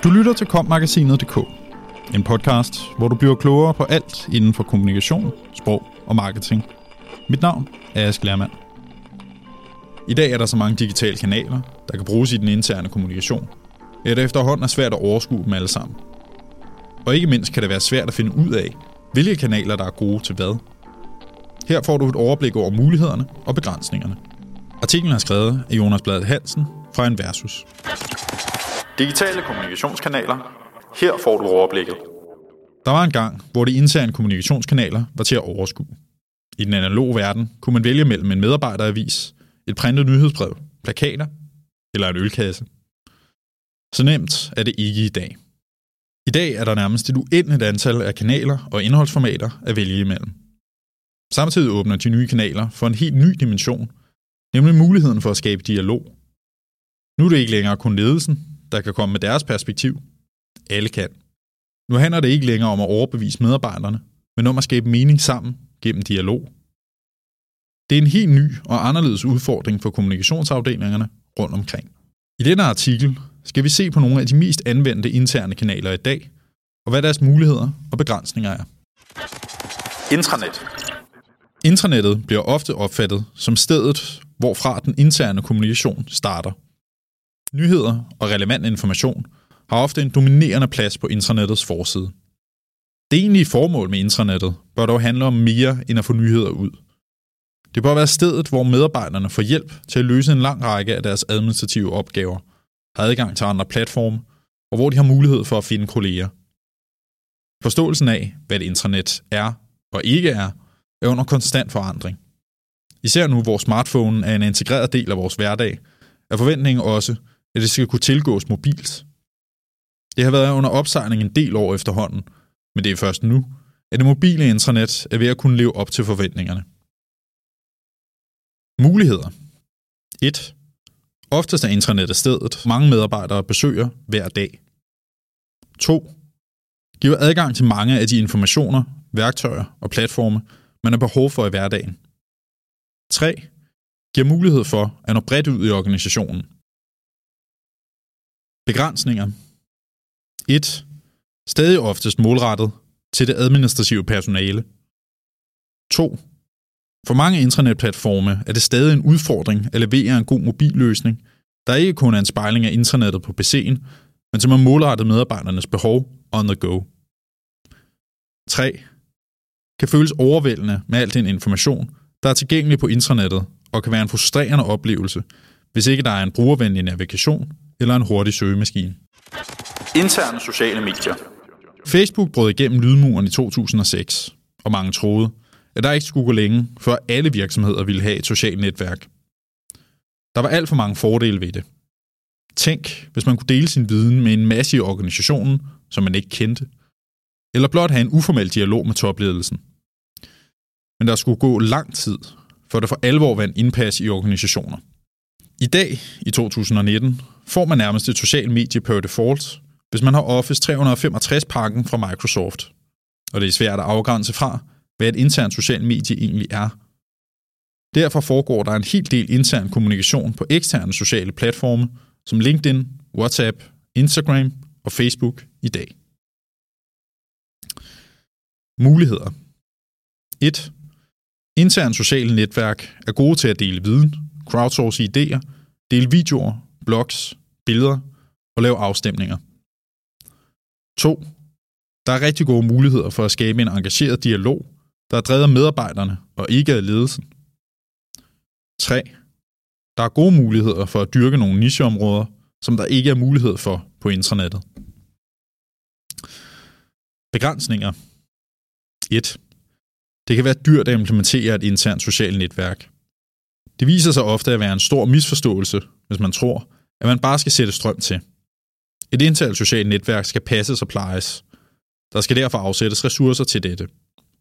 Du lytter til kommagasinet.dk, en podcast, hvor du bliver klogere på alt inden for kommunikation, sprog og marketing. Mit navn er Ask Lermand. I dag er der så mange digitale kanaler, der kan bruges i den interne kommunikation, at det efterhånden er svært at overskue dem alle sammen. Og ikke mindst kan det være svært at finde ud af, hvilke kanaler der er gode til hvad. Her får du et overblik over mulighederne og begrænsningerne. Artiklen er skrevet af Jonas Bladet Hansen fra Inversus. Digitale kommunikationskanaler. Her får du overblikket. Der var en gang, hvor de interne kommunikationskanaler var til at overskue. I den analoge verden kunne man vælge mellem en medarbejderavis, et printet nyhedsbrev, plakater eller en ølkasse. Så nemt er det ikke i dag. I dag er der nærmest et uendeligt antal af kanaler og indholdsformater at vælge imellem. Samtidig åbner de nye kanaler for en helt ny dimension, nemlig muligheden for at skabe dialog. Nu er det ikke længere kun ledelsen, der kan komme med deres perspektiv. Alle kan. Nu handler det ikke længere om at overbevise medarbejderne, men om at skabe mening sammen gennem dialog. Det er en helt ny og anderledes udfordring for kommunikationsafdelingerne rundt omkring. I denne artikel skal vi se på nogle af de mest anvendte interne kanaler i dag, og hvad deres muligheder og begrænsninger er. Intranet. Intranettet bliver ofte opfattet som stedet, hvorfra den interne kommunikation starter. Nyheder og relevant information har ofte en dominerende plads på intranettets forside. Det egentlige formål med intranettet bør dog handle om mere end at få nyheder ud. Det bør være stedet, hvor medarbejderne får hjælp til at løse en lang række af deres administrative opgaver, har adgang til andre platforme, og hvor de har mulighed for at finde kolleger. Forståelsen af, hvad et intranet er og ikke er under konstant forandring. Især nu, hvor smartphone er en integreret del af vores hverdag, er forventningen også, at det skal kunne tilgås mobilt. Det har været under opsejling en del år efterhånden, men det er først nu, at det mobile intranet er ved at kunne leve op til forventningerne. Muligheder. 1. Oftest er intranettet stedet, mange medarbejdere besøger hver dag. 2. Giver adgang til mange af de informationer, værktøjer og platforme, man har behov for i hverdagen. 3. Giver mulighed for at nå bredt ud i organisationen. Begrænsninger. 1. Stadig oftest målrettet til det administrative personale. 2. For mange intranetplatforme er det stadig en udfordring at levere en god mobilløsning, der ikke kun er en spejling af intranettet på PC'en, men som er målrettet medarbejdernes behov on the go. 3. Kan føles overvældende med al den information, der er tilgængelig på intranettet, og kan være en frustrerende oplevelse, hvis ikke der er en brugervenlig navigation eller en hurtig søgemaskine. Interne sociale medier. Facebook brød igennem lydmuren i 2006, og mange troede, at der ikke skulle gå længe, før alle virksomheder ville have et socialt netværk. Der var alt for mange fordele ved det. Tænk, hvis man kunne dele sin viden med en masse i organisationen, som man ikke kendte, eller blot have en uformel dialog med topledelsen. Men der skulle gå lang tid, for det for alvor var en indpas i organisationer. I dag, i 2019, får man nærmest et socialt medie per default, hvis man har Office 365-pakken fra Microsoft. Og det er svært at afgrænse fra, hvad et internt socialt medie egentlig er. Derfor foregår der en hel del intern kommunikation på eksterne sociale platforme, som LinkedIn, WhatsApp, Instagram og Facebook i dag. Muligheder. 1. Interne sociale netværk er gode til at dele viden, crowdsource idéer, dele videoer, blogs, billeder og lave afstemninger. 2. Der er rigtig gode muligheder for at skabe en engageret dialog, der er drevet af medarbejderne og ikke af ledelsen. 3. Der er gode muligheder for at dyrke nogle nicheområder, som der ikke er mulighed for på intranettet. Begrænsninger. 1. Det kan være dyrt at implementere et internt socialt netværk. Det viser sig ofte at være en stor misforståelse, hvis man tror, at man bare skal sætte strøm til. Et internt socialt netværk skal passes og plejes. Der skal derfor afsættes ressourcer til dette.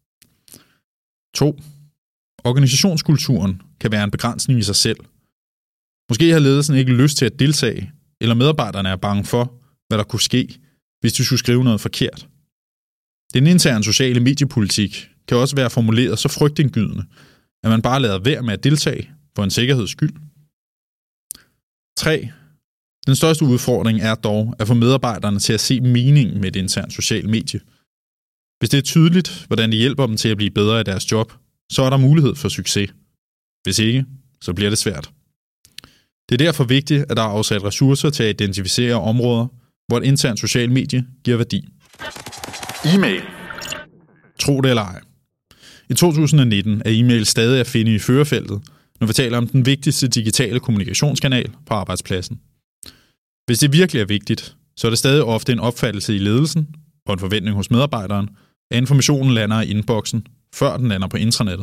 2. Organisationskulturen kan være en begrænsning i sig selv. Måske har ledelsen ikke lyst til at deltage, eller medarbejderne er bange for, hvad der kunne ske, hvis de skulle skrive noget forkert. Den interne sociale mediepolitik kan også være formuleret så frygtindgydende, at man bare lader være med at deltage for en sikkerheds skyld. 3. Den største udfordring er dog at få medarbejderne til at se meningen med et internt socialt medie. Hvis det er tydeligt, hvordan det hjælper dem til at blive bedre i deres job, så er der mulighed for succes. Hvis ikke, så bliver det svært. Det er derfor vigtigt, at der er afsat ressourcer til at identificere områder, hvor et internt socialt medie giver værdi. E-mail. Tro det eller ej. I 2019 er e-mail stadig at finde i førerfeltet, når vi taler om den vigtigste digitale kommunikationskanal på arbejdspladsen. Hvis det virkelig er vigtigt, så er det stadig ofte en opfattelse i ledelsen og en forventning hos medarbejderen, at informationen lander i inboxen, før den lander på intranettet.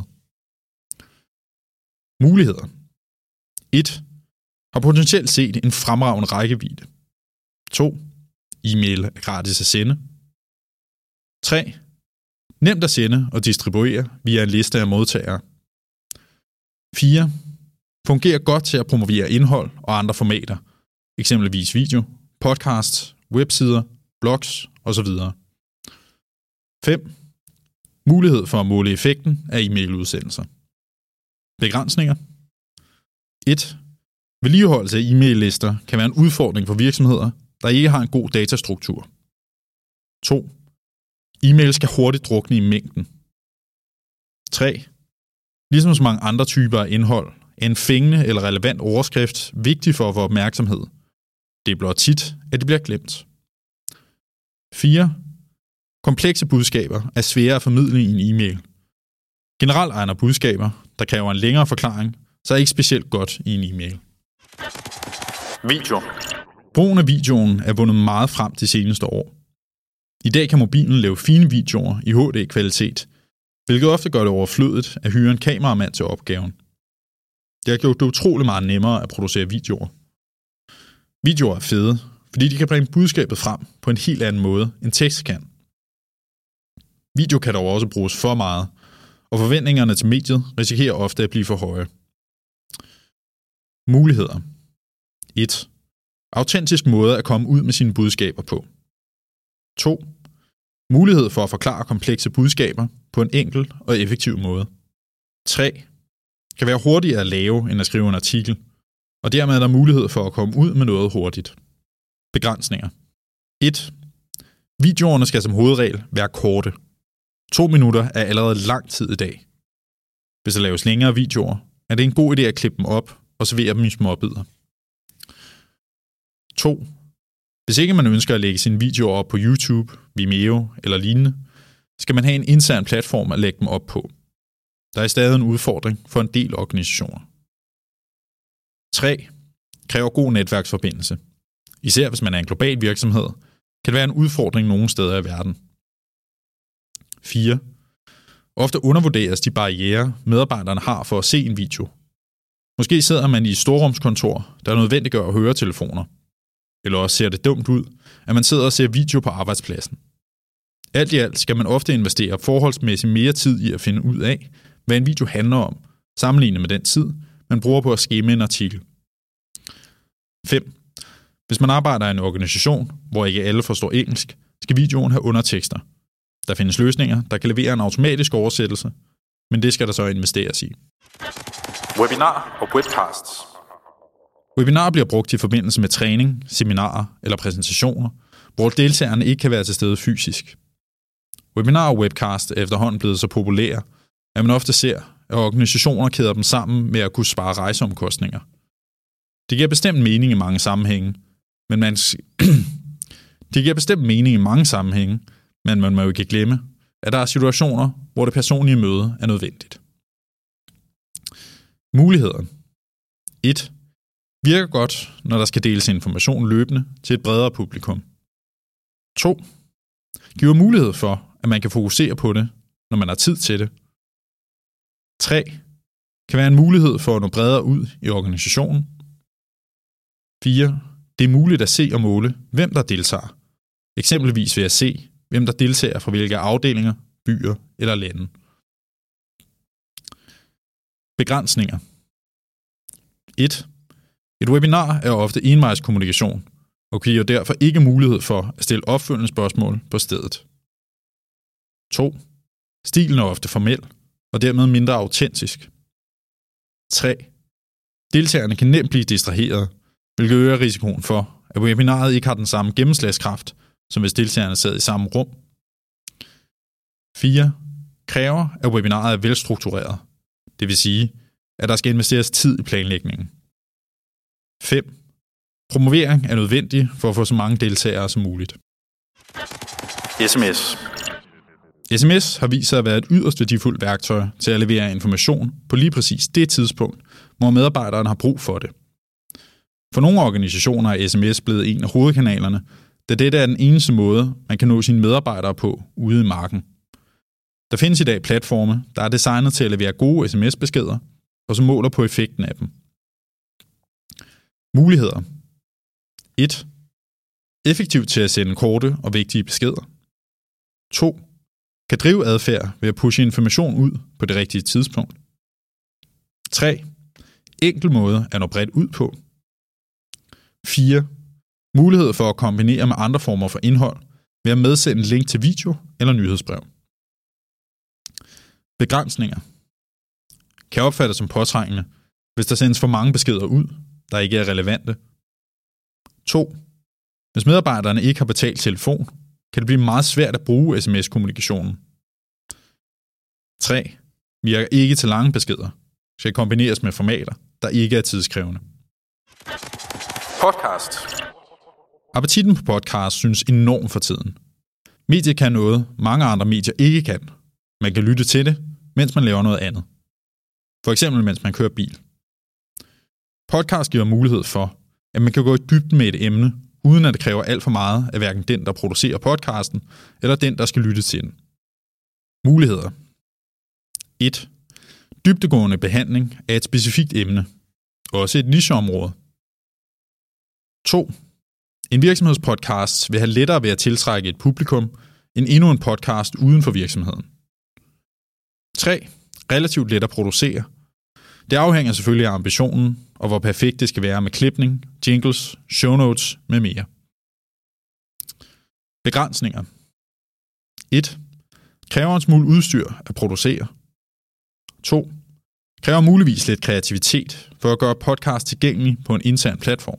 Muligheder. 1. Har potentielt set en fremragende rækkevidde. 2. E-mail er gratis at sende. 3. Nemt at sende og distribuere via en liste af modtagere. 4. Fungerer godt til at promovere indhold og andre formater, eksempelvis video, podcasts, websider, blogs osv. 5. Mulighed for at måle effekten af e-mailudsendelser. Begrænsninger. 1. Vedligeholdelse af e-maillister kan være en udfordring for virksomheder, der ikke har en god datastruktur. 2. E-mail skal hurtigt drukne i mængden. 3. Ligesom så mange andre typer af indhold, er en fængende eller relevant overskrift vigtig for at få opmærksomhed. Det er blot tit, at det bliver glemt. 4. Komplekse budskaber er svære at formidle i en e-mail. Generelt egner budskaber, der kræver en længere forklaring, så er ikke specielt godt i en e-mail. Video. Brugen af videoen er vundet meget frem de seneste år. I dag kan mobilen lave fine videoer i HD-kvalitet, hvilket ofte gør det overflødigt at hyre en kameramand til opgaven. Det har gjort det utrolig meget nemmere at producere videoer. Videoer er fede, fordi de kan bringe budskabet frem på en helt anden måde, end tekst kan. Video kan dog også bruges for meget, og forventningerne til mediet risikerer ofte at blive for høje. Muligheder. 1. Autentisk måde at komme ud med sine budskaber på. 2. Mulighed for at forklare komplekse budskaber på en enkel og effektiv måde. 3. Kan være hurtigere at lave end at skrive en artikel, og dermed er der mulighed for at komme ud med noget hurtigt. Begrænsninger. 1. Videoerne skal som hovedregel være korte. 2 minutter er allerede lang tid i dag. Hvis der laves længere videoer, er det en god idé at klippe dem op og servere dem i småbidder. 2. Hvis ikke man ønsker at lægge sine videoer op på YouTube, Vimeo eller lignende, skal man have en intern platform at lægge dem op på. Der er stadig en udfordring for en del organisationer. 3. Kræver god netværksforbindelse. Især hvis man er en global virksomhed, kan det være en udfordring nogle steder i verden. 4. Ofte undervurderes de barrierer, medarbejderne har for at se en video. Måske sidder man i et storrumskontor, der nødvendiggør høretelefoner. Eller også ser det dumt ud, at man sidder og ser video på arbejdspladsen. Alt i alt skal man ofte investere forholdsmæssigt mere tid i at finde ud af, hvad en video handler om, sammenlignet med den tid, man bruger på at skimme en artikel. 5. Hvis man arbejder i en organisation, hvor ikke alle forstår engelsk, skal videoen have undertekster. Der findes løsninger, der kan levere en automatisk oversættelse, men det skal der så investeres i. Webinar og webcasts. Webinar bliver brugt i forbindelse med træning, seminarer eller præsentationer, hvor deltagerne ikke kan være til stede fysisk. Webinar og webcast er efterhånden blevet så populære, at man ofte ser, at organisationer kæder dem sammen med at kunne spare rejseomkostninger. Det giver bestemt mening i mange sammenhænge, men man må jo ikke glemme, at der er situationer, hvor det personlige møde er nødvendigt. Muligheder. 1. Virker godt, når der skal deles information løbende til et bredere publikum. 2. Giver mulighed for, at man kan fokusere på det, når man har tid til det. 3. Kan være en mulighed for at nå bredere ud i organisationen. 4. Det er muligt at se og måle, hvem der deltager. Eksempelvis ved at se, hvem der deltager fra hvilke afdelinger, byer eller lande. Begrænsninger. 1. Et webinar er ofte envejskommunikation, og giver derfor ikke mulighed for at stille opfølgende spørgsmål på stedet. 2. Stilen er ofte formel, og dermed mindre autentisk. 3. Deltagerne kan nemt blive distraheret, hvilket øger risikoen for, at webinaret ikke har den samme gennemslagskraft, som hvis deltagerne sad i samme rum. 4. Kræver, at webinaret er velstruktureret. Det vil sige, at der skal investeres tid i planlægningen. 5. Promovering er nødvendig for at få så mange deltagere som muligt. SMS. SMS har vist sig at være et yderst værdifuldt værktøj til at levere information på lige præcis det tidspunkt, hvor medarbejderen har brug for det. For nogle organisationer er SMS blevet en af hovedkanalerne, da dette er den eneste måde, man kan nå sine medarbejdere på ude i marken. Der findes i dag platforme, der er designet til at levere gode SMS-beskeder, og som måler på effekten af dem. Muligheder. 1. Effektivt til at sende korte og vigtige beskeder. 2. Kan drive adfærd ved at pushe information ud på det rigtige tidspunkt. 3. Enkel måde at nå bredt ud på. 4. Mulighed for at kombinere med andre former for indhold ved at medsende en link til video eller nyhedsbrev. Begrænsninger. Kan opfattes som påtrængende, hvis der sendes for mange beskeder ud, der ikke er relevante. 2. Hvis medarbejderne ikke har betalt telefon, kan det blive meget svært at bruge sms-kommunikationen. 3. Virker ikke til lange beskeder. Skal kombineres med formater, der ikke er tidskrævende. Podcast. Appetitten på podcast synes enormt for tiden. Mediet kan noget, mange andre medier ikke kan. Man kan lytte til det, mens man laver noget andet. For eksempel, mens man kører bil. Podcast giver mulighed for, at man kan gå i dybden med et emne, uden at det kræver alt for meget af hverken den, der producerer podcasten, eller den, der skal lytte til den. Muligheder. 1. Dybdegående behandling af et specifikt emne. Også et nicheområde. 2. En virksomhedspodcast vil have lettere ved at tiltrække et publikum, end endnu en podcast uden for virksomheden. 3. Relativt let at producere. Det afhænger selvfølgelig af ambitionen, og hvor perfekt det skal være med klipning, jingles, show notes med mere. Begrænsninger. 1. Kræver en smule udstyr at producere. 2. Kræver muligvis lidt kreativitet for at gøre podcast tilgængelig på en intern platform.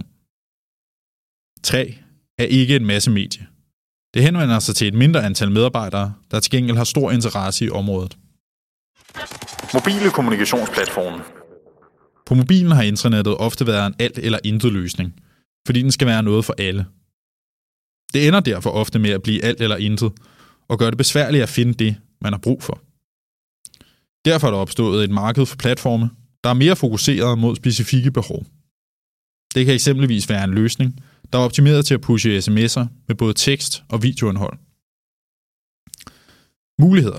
3. Er ikke en masse medie. Det henvender sig til et mindre antal medarbejdere, der til gengæld har stor interesse i området. Mobile kommunikationsplatforme. På mobilen har intranettet ofte været en alt eller intet løsning, fordi den skal være noget for alle. Det ender derfor ofte med at blive alt eller intet, og gøre det besværligt at finde det, man har brug for. Derfor er der opstået et marked for platforme, der er mere fokuseret mod specifikke behov. Det kan eksempelvis være en løsning, der er optimeret til at pushe sms'er med både tekst og videoindhold. Muligheder.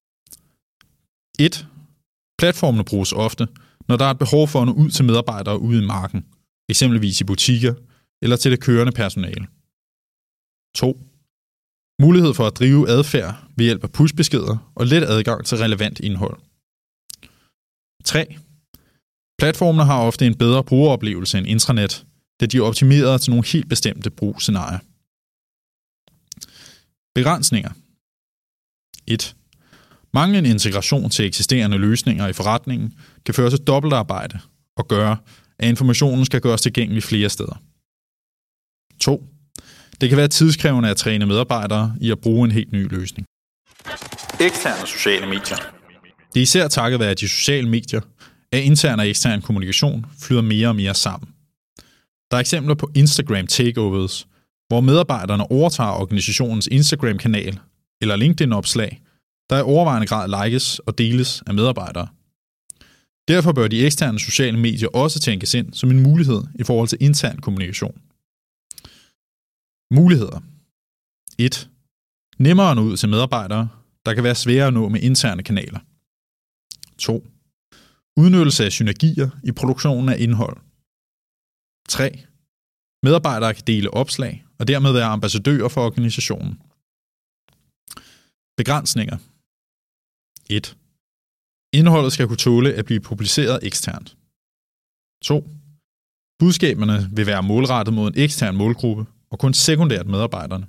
1. Platformene bruges ofte, når der er et behov for at nå ud til medarbejdere ude i marken, eksempelvis i butikker eller til det kørende personale. 2. Mulighed for at drive adfærd ved hjælp af pushbeskeder og let adgang til relevant indhold. 3. Platformene har ofte en bedre brugeroplevelse end intranet, da de er optimeret til nogle helt bestemte brugsscenarier. Begrænsninger. 1. Manglende integration til eksisterende løsninger i forretningen kan føre til dobbeltarbejde og gøre, at informationen skal gøres tilgængelig flere steder. 2. Det kan være tidskrævende at træne medarbejdere i at bruge en helt ny løsning. Eksterne sociale medier. Det er især takket være de sociale medier, at intern og ekstern kommunikation flyder mere og mere sammen. Der er eksempler på Instagram takeovers, hvor medarbejderne overtager organisationens Instagram-kanal eller LinkedIn-opslag, der i overvejende grad likes og deles af medarbejdere. Derfor bør de eksterne sociale medier også tænkes ind som en mulighed i forhold til intern kommunikation. Muligheder. 1. Nemmere at nå ud til medarbejdere, der kan være svære at nå med interne kanaler. 2. Udnyttelse af synergier i produktionen af indhold. 3. Medarbejdere kan dele opslag og dermed være ambassadører for organisationen. Begrænsninger. 1. Indholdet skal kunne tåle at blive publiceret eksternt. 2. Budskaberne vil være målrettet mod en ekstern målgruppe og kun sekundært medarbejderne.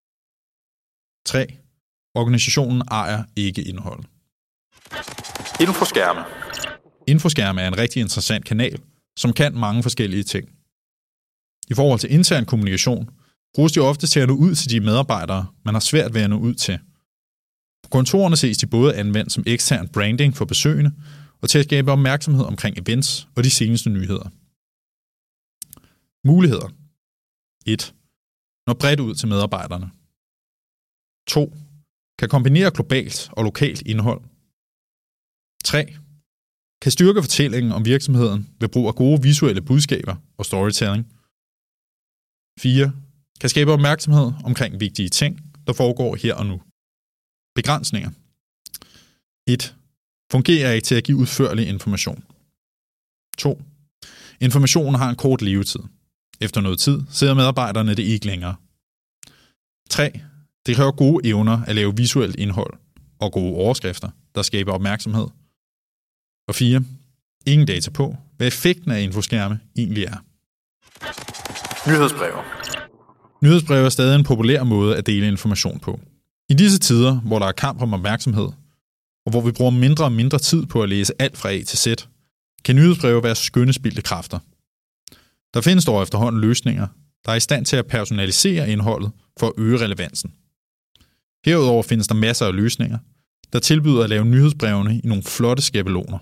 3. Organisationen ejer ikke indholdet. Infoskærme. Infoskærme er en rigtig interessant kanal, som kan mange forskellige ting. I forhold til intern kommunikation bruges de ofte til at nå ud til de medarbejdere, man har svært ved at nå ud til. På kontorerne ses de både anvendt som ekstern branding for besøgende og til at skabe opmærksomhed omkring events og de seneste nyheder. Muligheder. 1. Når bredt ud til medarbejderne. 2. Kan kombinere globalt og lokalt indhold. 3. Kan styrke fortællingen om virksomheden ved brug af gode visuelle budskaber og storytelling. 4. Kan skabe opmærksomhed omkring vigtige ting, der foregår her og nu. Begrænsninger. 1. Fungerer ikke til at give udførlig information. 2. Informationen har en kort levetid. Efter noget tid ser medarbejderne det ikke længere. 3. Det kræver gode evner at lave visuelt indhold og gode overskrifter, der skaber opmærksomhed. Og 4. Ingen data på, hvad effekten af infoskærme egentlig er. Nyhedsbreve. Nyhedsbreve er stadig en populær måde at dele information på. I disse tider, hvor der er kamp om opmærksomhed, og hvor vi bruger mindre og mindre tid på at læse alt fra A til Z, kan nyhedsbreve være skønne spildte kræfter. Der findes dog efterhånden løsninger, der er i stand til at personalisere indholdet for at øge relevansen. Herudover findes der masser af løsninger, der tilbyder at lave nyhedsbrevene i nogle flotte skabeloner.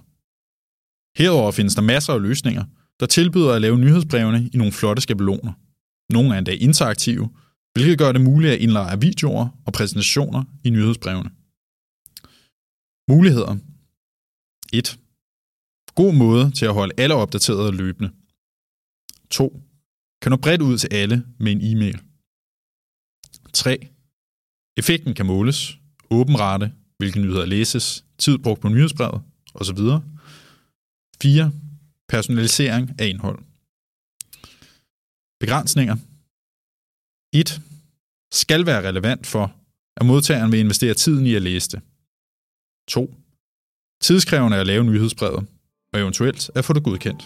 Nogle er endda interaktive, hvilket gør det muligt at indlejre videoer og præsentationer i nyhedsbrevene. Muligheder. 1. God måde til at holde alle opdateret løbende. 2. Kan nå bredt ud til alle med en e-mail. 3. Effekten kan måles. Åben rate, hvilke nyheder læses, tid brugt på nyhedsbrevet osv. 4. Personalisering af indhold. Begrænsninger. 1. Skal være relevant for, at modtageren vil investere tiden i at læse det. 2. Tidskrævende at lave nyhedsbrevet, og eventuelt at få det godkendt.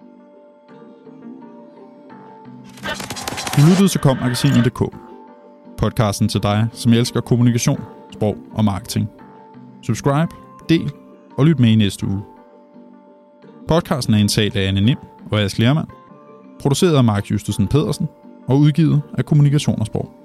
Du lyttede til kommagasinet.dk. Podcasten til dig, som elsker kommunikation, sprog og marketing. Subscribe, del og lyt med i næste uge. Podcasten er indtalt af Anne Nim og Ask Lermand, produceret af Mark Justesen Pedersen og udgivet af Kommunikation og Sprog.